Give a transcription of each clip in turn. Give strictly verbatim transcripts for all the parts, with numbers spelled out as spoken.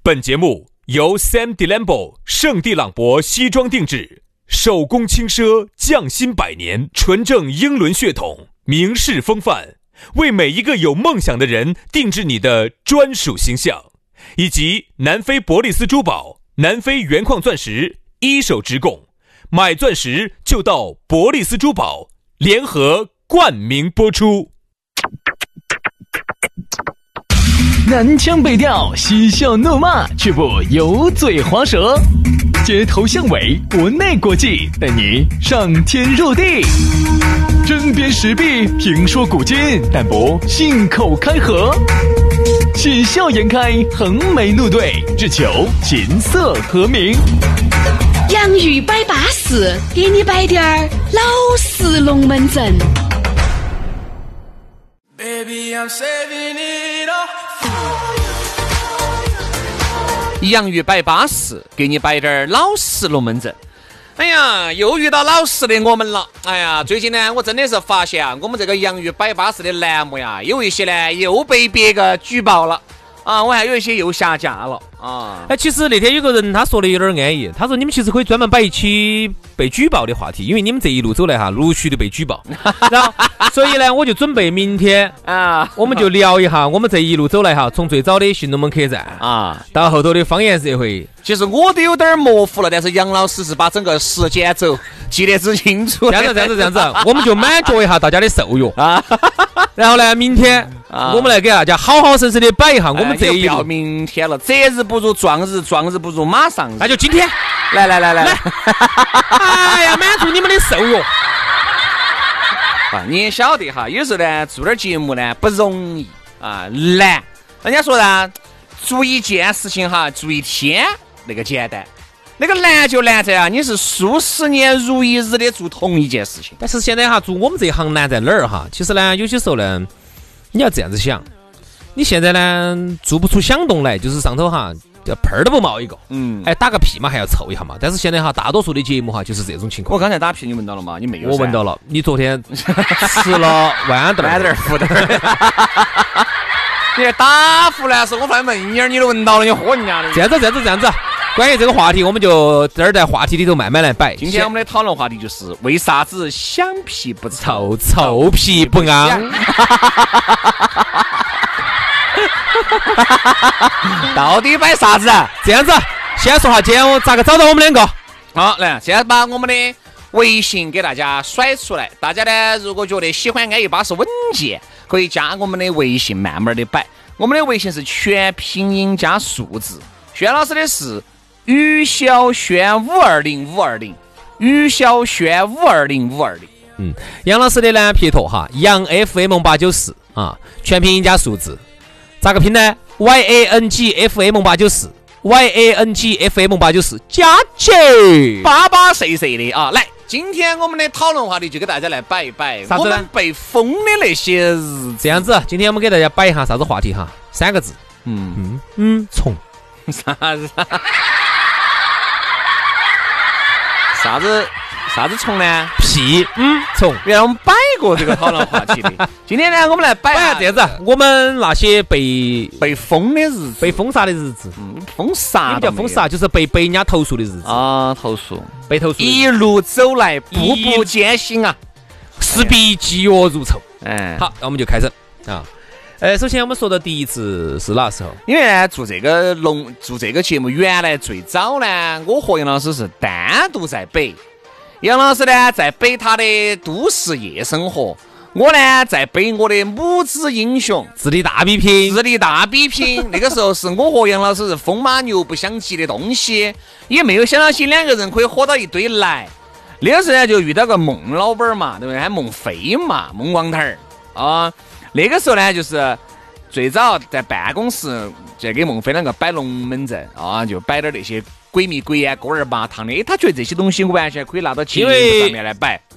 本节目由 Sam Delambo 圣地朗博西装定制，手工轻奢，匠心百年，纯正英伦血统，名士风范，为每一个有梦想的人定制你的专属形象。以及南非伯利斯珠宝、南非原矿钻石一手直供，买钻石就到伯利斯珠宝，联合冠名播出。 南腔北调，嬉笑怒骂，却不油嘴滑舌，街头巷尾，国内国际，带你上天入地，针砭时弊，评说古今，但不信口开河，喜笑颜开，横眉怒对，只求琴瑟和鸣。 洋芋摆巴士，给你摆点儿老式龙门阵。Baby, I'm saving it all. 洋芋摆巴士，给你摆点老实龙门阵。哎呀，又遇到老实的我们了。哎呀，最近呢，我真的是发现啊，我们这个洋芋摆巴士的栏目呀，有一些呢又被别个举报了啊，我还有一些又下架了啊。 哎，其实那天有个人他说的有点安逸，他说你们其实可以专门摆一期被举报的话题，因为你们这一路走来哈，陆续的被举报，然后所以呢，我就准备明天啊，我们就聊一下我们这一路走来哈，从最早的新龙门客栈啊，到后头的方言社会。 其实我都有点模糊了，但是杨老师是把整个时间轴记得之清楚。 这样子，这样子，这样子，我们就满足一下大家的受用啊。然后呢，明天、啊、我们来给大家好好生生的摆一下我们这一路。 哎、要明天了，择日不如撞日，撞日不如马上日， 那就今天。 来来来来来， 哎呀，满足你们的受用。 啊，你也晓得哈，有时候呢做点节目呢不容易啊，难。人家说呢，做一件事情哈，做一天那个简单，那个难就难在啊，你是数十年如一日的做同一件事情。 但是现在哈，做我们这一行难在哪儿哈？其实呢，有些时候呢，你要这样子想，你现在呢做不出响动来，就是上头哈。盆儿都不冒一个，嗯，哎，打个屁嘛还要凑一下嘛。但是现在哈，大多数的节目哈就是这种情况。 我刚才打屁，你闻到了吗？你没有？ 我闻到了。你昨天吃了豌豆豌豆腐的。你打胡乱说，我发现闻一儿你都闻到了，你喝人家的。 这样子，这样子，这样子。关于这个话题，我们就这儿在话题里头慢慢来摆。 今天我们的讨论话题就是为啥子响屁不臭， 臭屁不昂。 到底摆啥子？ 这样子，先说下今天我咋个找到我们两个。 好，来，现在把我们的微信给大家甩出来。大家呢，如果觉得喜欢安逸巴适稳健，可以加我们的微信，慢慢的摆。我们的微信是全拼音加数字。轩老师的是于小轩五二零五二零，于小轩五二零五二零。 嗯，杨老师的呢撇脱哈，杨 F M 八九四啊，全拼音加数字。咋个拼呢 ？Y A N G F M 八九四 ，Y A N G F M 八九四，加起巴巴碎碎的啊！来，今天我们的讨论话题就给大家来摆一摆，我们被封的那些日子。 这样子，今天我们给大家摆一下啥子话题哈？三个字，嗯嗯嗯，虫， 啥子？啥子？啥子虫呢？ 屁，嗯，虫。 原来我们摆过这个讨论话题的。今天呢，我们来摆下这样子，我们那些被被封的日子， 被封杀的日子。 嗯，封杀叫封杀，就是被被人家投诉的日子啊，投诉， 被投诉。 一路走来，步步艰辛啊， 势必积月如仇。 哎， 好，那我们就开始啊。呃，首先我们说的第一次是哪时候？ 因为呢，做这个龙做这个节目，原来最早呢，我和杨老师是单独在北。杨老师呢在背他的都市夜生活，我呢在背我的母子英雄， 智力大比拼， 智力大比拼。那个时候是我和杨老师是风马牛不相及的东西，也没有想到起两个人可以火到一堆来。那个时候呢就遇到个孟老板嘛，对不对？还孟非嘛，孟光头儿啊。那个时候呢就是最早在办公室就给孟非两个摆龙门阵啊，就摆点那些鬼迷鬼眼、锅儿麻汤的，他觉得这些东西完全可以拿到节目上面来摆。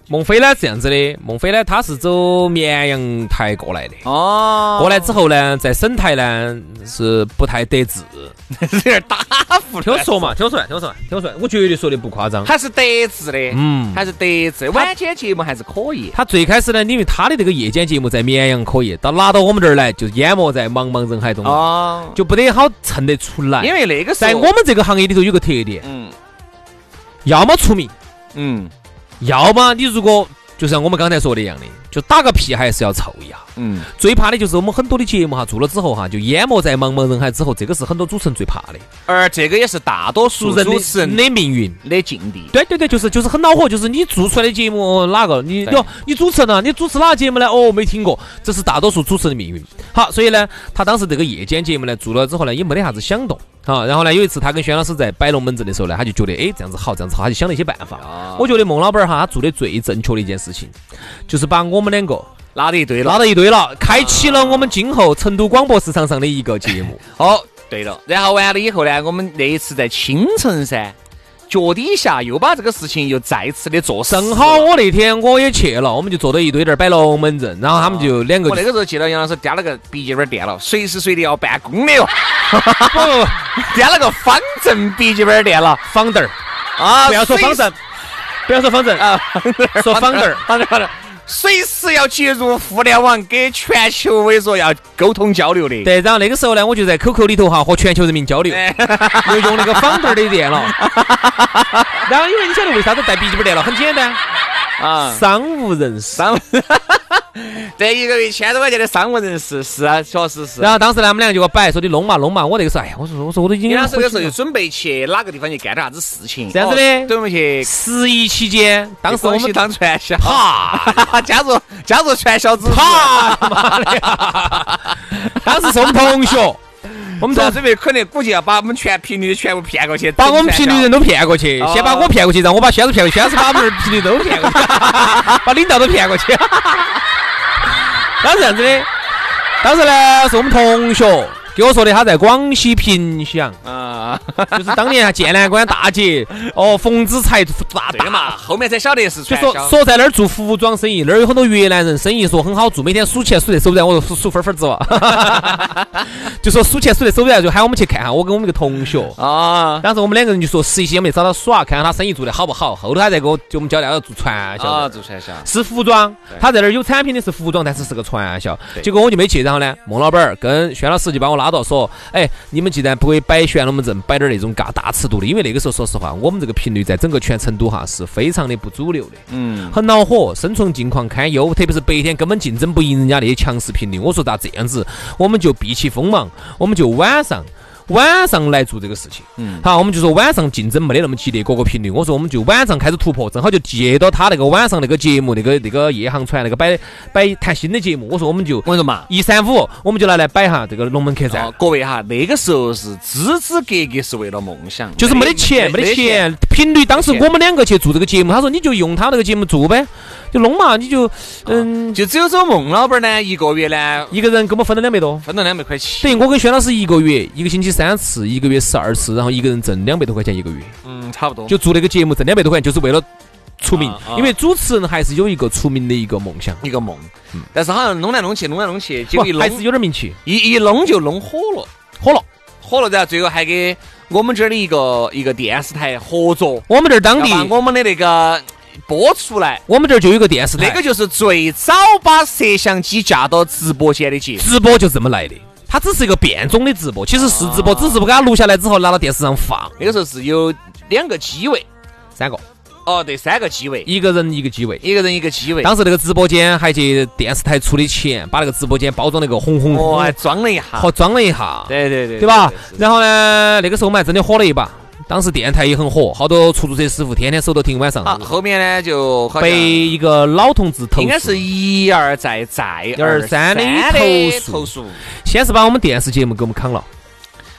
孟非呢这样子的，孟非呢他是走绵阳台过来的。 哦， 过来之后呢，在省台呢是不太得志， 有点打胡。 听我说嘛，听我说，听我说，听我说，我绝对说的不夸张， 还是得志的， 嗯， 还是得志。晚间节目还是可以。 他最开始呢，因为他的这个夜间节目在绵阳可以，到拿到我们这儿来就淹没在茫茫人海中，哦，就不得好称得出来。 因为那个时候在我们这个行业里头有个特点， 嗯， 要么出名， 嗯。 要么你如果就像我们刚才说的一样的，就打个屁还是要凑一下。 嗯， 最怕的就是我们很多的节目哈做了之后哈，就淹没在茫茫人海之后，这个是很多主持人最怕的。 而这个也是大多数人主持人的命运的境地。 对对对，就是就是很恼火，就是你做出来的节目哪个你哟你主持人啊，你主持哪个节目呢？哦，没听过，这是大多数主持人的命运。好，所以呢，他当时这个夜间节目呢做了之后呢，也没得啥子响动。好，然后呢，有一次他跟轩老师在摆龙门阵的时候呢，他就觉得哎这样子好，这样子好，他就想了一些办法。哦、我觉得孟老板哈，他做的最正确的一件事情，就是把我们两个拉到一堆了， 拉到一堆了，开启了我们今后成都广播市场上的一个节目。 哦，对了，然后完了以后呢，我们那一次在青城噻。脚底下又把这个事情又再次的做实。 正好我那天我也去了，我们就坐到一堆人摆龙门阵，然后他们就两个。 我那个时候记得杨老师掂了个笔记本电脑，随时随地要办公的哟。 不不不， 掂了个方正笔记本电脑， 方凳儿啊， 不要说方正，不要说方正啊，说方凳儿， 方凳儿。随时要接入互联网，给全球萎缩要沟通交流的。 对，然后那个时候呢，我就在 Q Q 里头哈和全球人民交流，就用那个方凳的电脑。然后因为你晓得为啥子带笔记本电脑？很简单啊，商务人士。 商务这一个月千多块钱的商务人士是啊，确实是。 然后当时呢，我们两个就给我摆说你弄嘛弄嘛，我那个时候哎呀，我说我说我都已经。 当时那个时候就准备去哪个地方去干点啥子事情， 这样子的。 准备去十一期间，当时我们当传销， 啪， 加入加入传销组织， 啪，妈的！当时是我们同学。我们准备可能估计要把我们全频率全部骗过去， 把我们频率人都骗过去，先把我骗过去，然后我把轩子骗过去，轩子把我们频率都骗过去，把领导都骗过去。当时这样子的，当时呢是我们同学给我说的，他在广西凭祥啊，就是当年剑南关大姐哦，冯子才大对嘛，后面才晓得是传销。 就说说在那儿做服装生意，那儿有很多越南人，生意说很好做，每天数钱数得手软，我说数分分子哇，就说数钱数得手软，就喊我们去看哈，我跟我们一个同学啊，当时我们两个人就说实习，我们找他耍，看看他生意做得好不好。后头他再给我就我们教练要做传销啊，做传销是服装，他在那儿有产品的是服装，但是是个传销。结果我就没去，然后呢，孟老板跟轩老师就把我拉到说，哎，你们既然不会摆旋龙门阵，摆点那种大大尺度的，因为那个时候说实话，我们这个频率在整个全成都哈是非常的不主流的，嗯，很恼火，生存境况堪忧，特别是白天根本竞争不赢人家那些强势频率。我说咋这样子，我们就避其锋芒，我们就晚上。晚上来做这个事情，嗯，好，我们就说晚上竞争没得那么激烈，各个频率。我说我们就晚上开始突破，正好就接到他那个晚上那个节目，那个那个夜航船那个摆摆谈新的节目。我说我们就我说嘛， 一三五我们就拿来摆哈这个龙门客栈。 哦、各位哈，那个时候是支支格格是为了梦想， 就是没得钱，没得钱。频率当时我们两个去做这个节目，他说你就用他那个节目做呗，就弄嘛，你就嗯， 哦、就只有走孟老板呢，一个月呢， 一个人给我们分了两百多， 分了两百块钱。 等于我跟轩老师一个月一个星期三次，一个月十二次，然后一个人挣两百多块钱一个月， 嗯，差不多。 就做那个节目挣两百多块钱，就是为了出名，啊啊、因为主持人还是有一个出名的一个梦想， 一个梦。嗯，但是好像弄来弄去，弄来弄去，结果一弄还是有点名气， 一一弄就弄火了， 火了， 火了，然后最后还给我们这儿的一个一个电视台合作， 我们这儿当地我们的那个。播出来， 我们这儿就有一个电视台， 那个就是最早把摄像机架到直播间的节目， 直播就这么来的。它只是一个变种的直播，其实是直播，只是不给它录下来之后拿到电视上放。 那个时候是有两个机位， 三个。 哦，对，三个机位， 一个人一个机位， 一个人一个机位。 当时那个直播间还去电视台出的钱，把那个直播间包装那个红红红，哦，还装了一下， 好装了一下， 对对对， 对吧？然后呢，那个时候我们还真的火了一把。当时电台也很火，好多出租车师傅天天守到停晚上。 啊，后面呢就被一个老同志投诉， 应该是一而再再而三的投诉。 投诉。 先是把我们电视节目给我们扛了，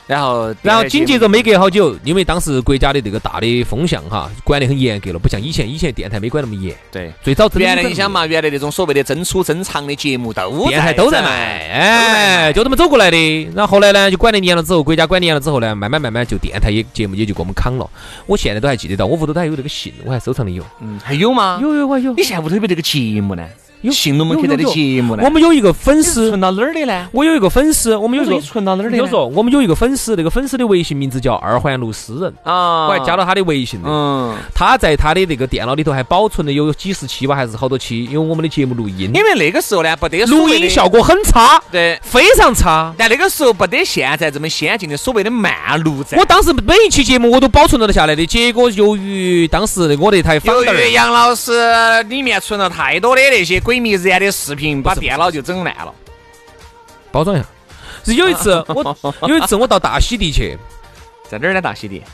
然后然后紧接着没隔好久，因为当时国家的这个大的风向哈管得很严格了，不像以前，以前电台没管那么严。 对， 最早原来你想嘛，原来那种所谓的真粗真长的节目都电台都在卖，哎，就这么走过来的。然后后来呢，就管得严了之后，国家管得严了之后呢，慢慢慢慢就电台也节目也就给我们扛了。我现在都还记得到，我屋头都还有这个信，我还收藏的有。 嗯，还有吗？ 有有我有。 你现在屋头有没有这个节目呢？ 有信龙门客栈的节目呢？ 我们有一个粉丝存到哪儿的呢？ 我有一个粉丝，我们有一个存到哪儿的？ 有说我们有一个粉丝，那个粉丝的微信名字叫二环路诗人啊，我还加了他的微信的。嗯，他在他的那个电脑里头还保存了有几十期吧，还是好多期，有我们的节目录音。 因为那个时候呢，不得录音效果很差， 对， 非常差。 但那个时候不得现在这么先进的所谓的慢录站。 我当时每一期节目我都保存了得下来的，结果由于当时我那台由于杨老师里面存了太多的那些鬼迷日眼的视频，把电脑就整烂了。 包装一下。是有一次我有一次我到大溪地去， 在哪儿呢？大溪地？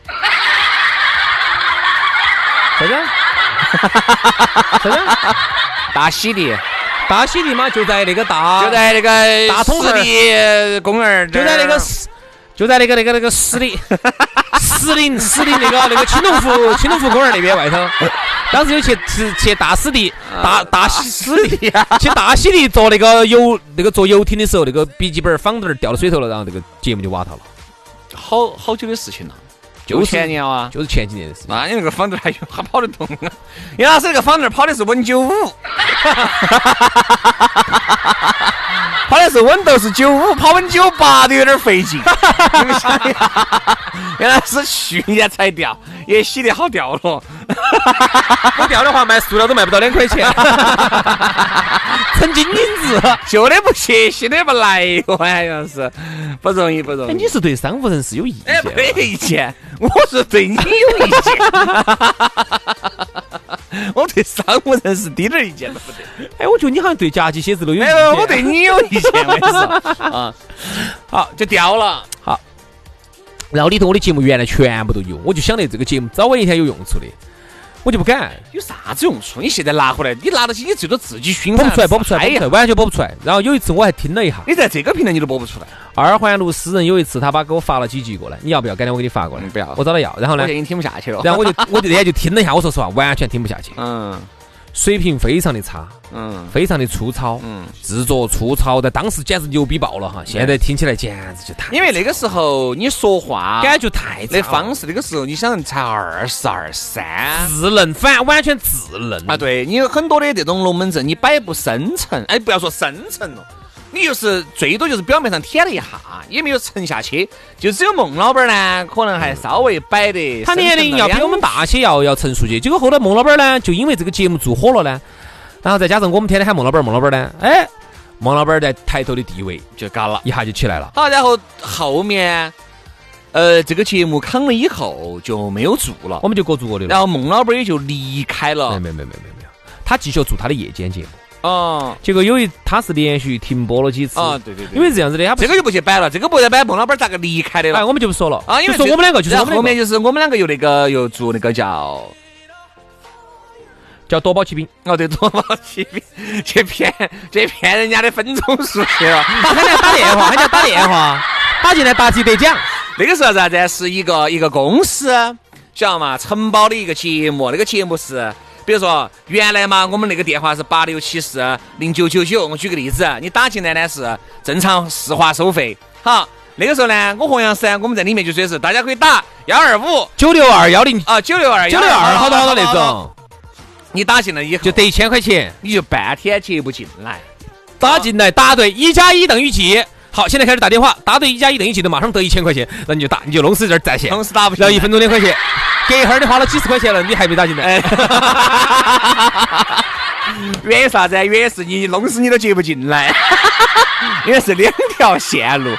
在哪？在哪？ 大溪地。 大溪地嘛，就在那个大， 就在那个大通地公园， 就在那个就在那个那个那个石林石林石林那个那个青龙湖青龙湖公园那边外头。当时有去去去大溪地大大溪地去大溪地坐那个游那个坐游艇的时候，那个笔记本仿灯掉到水头了，然后这个节目就瓦塌了。 好好久的事情了，就前年啊， 就是前几年的事。 那你那个仿灯还有还跑得动啊？杨老师那个仿灯跑的是稳九五，跑的是稳斗是九五，跑稳九八都有点费劲。你们想一下，原来是去年才掉，也洗得好掉了。 不掉的话，卖塑料都卖不到两块钱。成金银子， 旧的不去，新的不来，好像是不容易，不容易。 哎，你是对商务人士有意见？ 哎，没意见，我是对你有意见。我对商务人士滴点意见都不对。 哎，我觉得你好像对甲级写字楼有意见。 哎，我对你有意见，我跟你说啊。好，就掉了。 好，然后里头我的节目原来全部都有，我就想的这个节目早晚一天有用处的。我就不敢， 有啥子用处？你现在拿回来，你拿得起，你最多自己熏， 播不出来，播不出来，播不出来，完全播不出来。然后有一次我还听了一下， 你在这个平台你都播不出来。 二环路诗人有一次他把给我发了几集过来，你要不要？改天我给你发过来。 不要， 我找他要。然后呢？ 我已经听不下去了。 然后我就我就那天就听了一下，我说实话，完全听不下去。 嗯。 水平非常的差， 嗯， 非常的粗糙，嗯，制作粗糙，在当时简直牛逼爆了哈！现在听起来简直就太…… 因为那个时候你说话感觉太那方式，那个时候你想才二十二三， 稚嫩，反完全稚嫩啊！对你有很多的这种龙门阵，你摆不深沉，哎，不要说深沉了。你就是最多就是表面上舔了一下，也没有沉下去，就只有孟老板呢，可能还稍微摆得。 他年龄要比我们大些，要要成熟些。结果后来孟老板呢，就因为这个节目做火了呢，然后再加上我们天天喊孟老板，孟老板呢，哎，孟老板在抬头的地位就高了， 一下就起来了。 好，然后后面，呃，这个节目扛了以后就没有做了， 我们就各做各的了。 然后孟老板也就离开了。 没没没没没没有，他继续做他的夜间节目。 哦， 结果有一他是连续停播了几次啊，对对对， 因为这样子的，他这个就不去摆了，这个不再摆，孟老板咋个离开的了？ 哎，我们就不说了啊，因为说我们两个就是后面就是我们两个又那个又做那个叫叫夺宝奇兵哦，对，夺宝奇兵去骗去骗人家的分钟数去了， 喊人家打电话，喊人家打电话，打进来答题得奖。 那个时候啥子？是一个一个公司，晓得嘛？承包的一个节目，那个节目是。比如说，原来嘛，我们那个电话是八六七四零九九九。我举个例子，你打进来呢是正常市话收费。好，那个时候呢，我和杨师我们在里面就说是大家可以打幺二五九六二幺零啊，九六二九六二好多好多那种。 你打进来以后就得一千块钱， 你就半天接不进来。 打进来答对一加一等于几？好，现在开始打电话，答对一加一等于几的，马上得一千块钱。那你就打，你就弄死这儿在线， 弄死打不然后一分钟两块钱。隔一会儿你花了几十块钱了，你还没打进来。 原因啥子？原因是你弄死你都接不进来，因为是两条线路。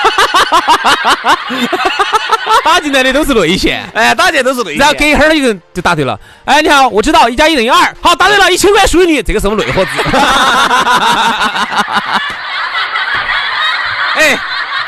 打进来的都是内线， 哎，打进来都是内线。 然后隔一会儿一个人就答对了。哎，你好，我知道一加一等于二。好，答对了，一千块属于你。这个是我们内伙子。 哎，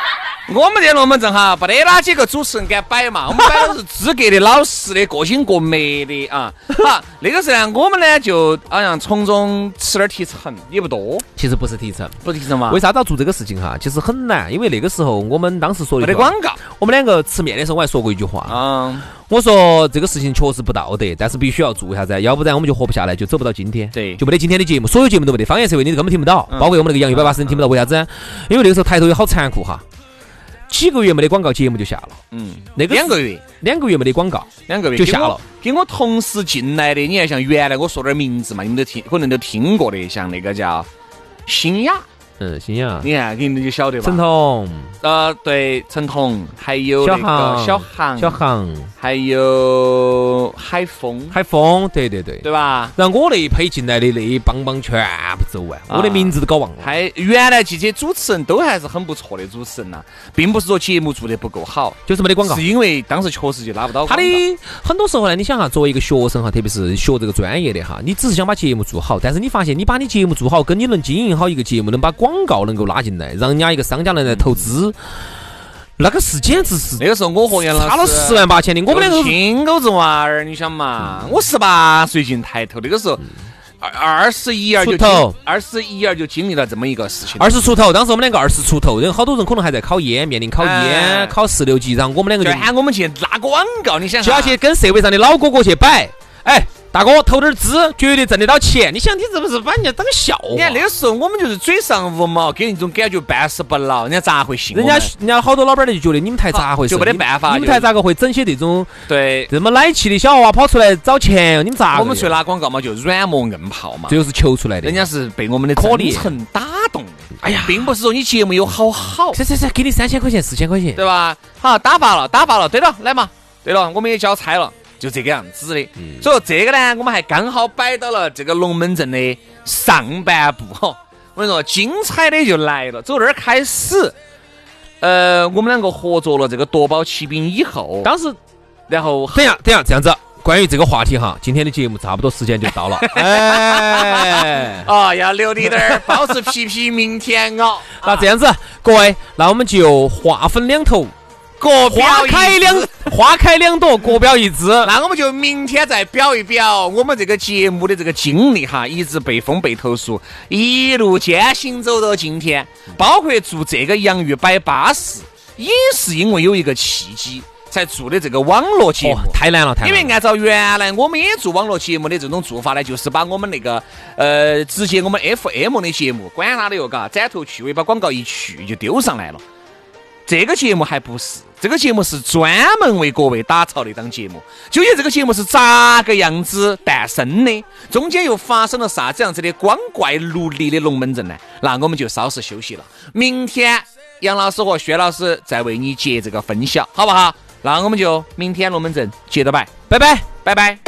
我们这龙门阵哈，不得哪几个主持人敢摆嘛？我们摆的是资格的、老实的、各行各美的啊。好，那个时候呢，我们呢就好像从中吃点提成，也不多。 其实不是提成， 不是提成嘛？ 为啥子要做这个事情哈？其实很难，因为那个时候我们当时说的没得广告。 我们两个吃面的时候，我还说过一句话。 嗯， 我说这个事情确实不道德，但是必须要做一下噻，要不然我们就活不下来，就走不到今天。 对， 就没得今天的节目，所有节目都没得。方言社会你根本听不到， 嗯、 包括我们那个洋芋摆巴士你听不到，为啥子？因为那个时候抬头有好残酷哈。几个月没得广告，节目就下了。 嗯， 那个两个月， 两个月没得广告， 两个月就下了。 跟我同时进来的，你看像原来我说点名字嘛，你们都听，可能都听过的，像那个叫新雅， 嗯，新雅， 你看肯定就晓得吧。 陈彤， 呃，对，陈彤，还有那个小航， 小航， 还有海峰， 海峰，对对对， 对吧？ 然后我那一批进来的那一帮帮全部走完，我的名字都搞忘了。 还原来这些主持人都还是很不错的主持人呐、啊，并不是说节目做得不够好， 就是没得广告， 是因为当时确实就拿不到广告。 他的很多时候呢，你想哈，作为一个学生哈，特别是学这个专业的哈，你只是想把节目做好，但是你发现你把你节目做好，跟你能经营好一个节目，能把广告能够拉进来，让人家一个商家能来投资。那个是简直是那个时候我和杨老师差了十万八千里，我们两个亲狗子娃儿，你想嘛，我十八岁进抬头，那个时候二二十一二就二十一二就经历了这么一个事情， 二十出头，当时我们两个二十出头，然后好多人可能还在考研，面临考研、哎、考四六级，然后我们两个就喊我们去拉广告，你想就要去跟社会上的老哥哥去摆，哎。大哥投点资，绝对挣得到钱。你想，你是不是把人家当笑话？ 你看那个时候，我们就是嘴上无毛，给人一种感觉办事不牢，人家咋会信我们？ 人家人家好多老板就觉得你们台咋回事？ 就没得办法， 你们台咋个会整些这种对这么奶气的小娃娃跑出来找钱？你们咋？ 我们出来拉广告嘛，就软磨硬泡嘛， 这就是求出来的。 人家是被我们的真诚打动。哎呀，并不是说你节目有好好， 是是是，给你三千块钱、四千块钱， 对吧？好，打发了，打发了。对了，来嘛，对了，我们也交差了。就这个样子的，嗯、所以这个呢，我们还刚好摆到了这个龙门阵的上半部哈。我跟你说，精彩的就来了。从这儿开始，呃，我们两个合作了这个夺宝奇兵以后， 当时， 然后等下等下这样子，关于这个话题哈，今天的节目差不多时间就到了。哎， 啊，要留你点儿，保持皮皮明天哦。 那这样子，各位，那我们就划分两头。 各花开两花开两朵，各表一枝。 那我们就明天再表一表我们这个节目的这个经历哈，一直被封被投诉，一路艰辛走到今天，包括做这个洋芋摆巴士，也是因为有一个契机才做的这个网络节目。 哦、太难了，太难了。 因为按照原来我们也做网络节目的这种做法呢，就是把我们那个呃直接我们 F M 的节目，管他的哟，嘎，斩头去尾，把广告一去就丢上来了。这个节目还不是，这个节目是专门为各位打造的一档节目。究竟这个节目是咋个样子诞生的？中间又发生了啥子样子的光怪陆离的龙门阵呢？那我们就稍事休息了。明天杨老师和薛老师再为你接这个分晓，好不好？那我们就明天龙门阵接着摆，拜拜，拜拜。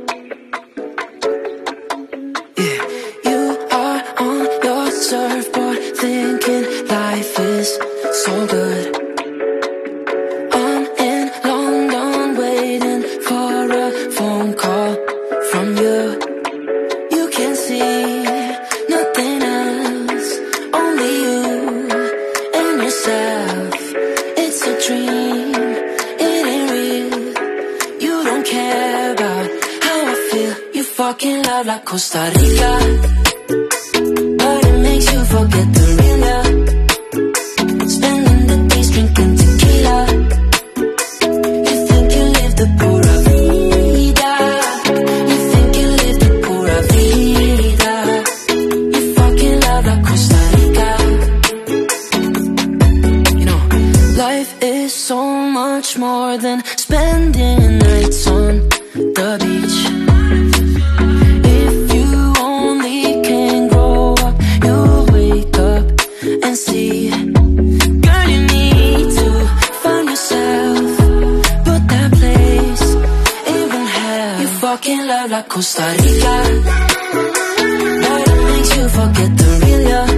So good. I'm in London waiting for a phone call from you. You can see nothing else, only you and yourself. It's a dream, it ain't real. You don't care about how I feel. You fucking love like Costa Rica, but it makes you forget the real love. Spending the days drinking tequila. You think you live the pura vida. You think you live the pura vida. You fucking love la Costa Rica. You know, life is so much more than spending nights on the beach. If you only can grow up, you'll wake up and see. Fucking love like Costa Rica, but it makes you forget the real love.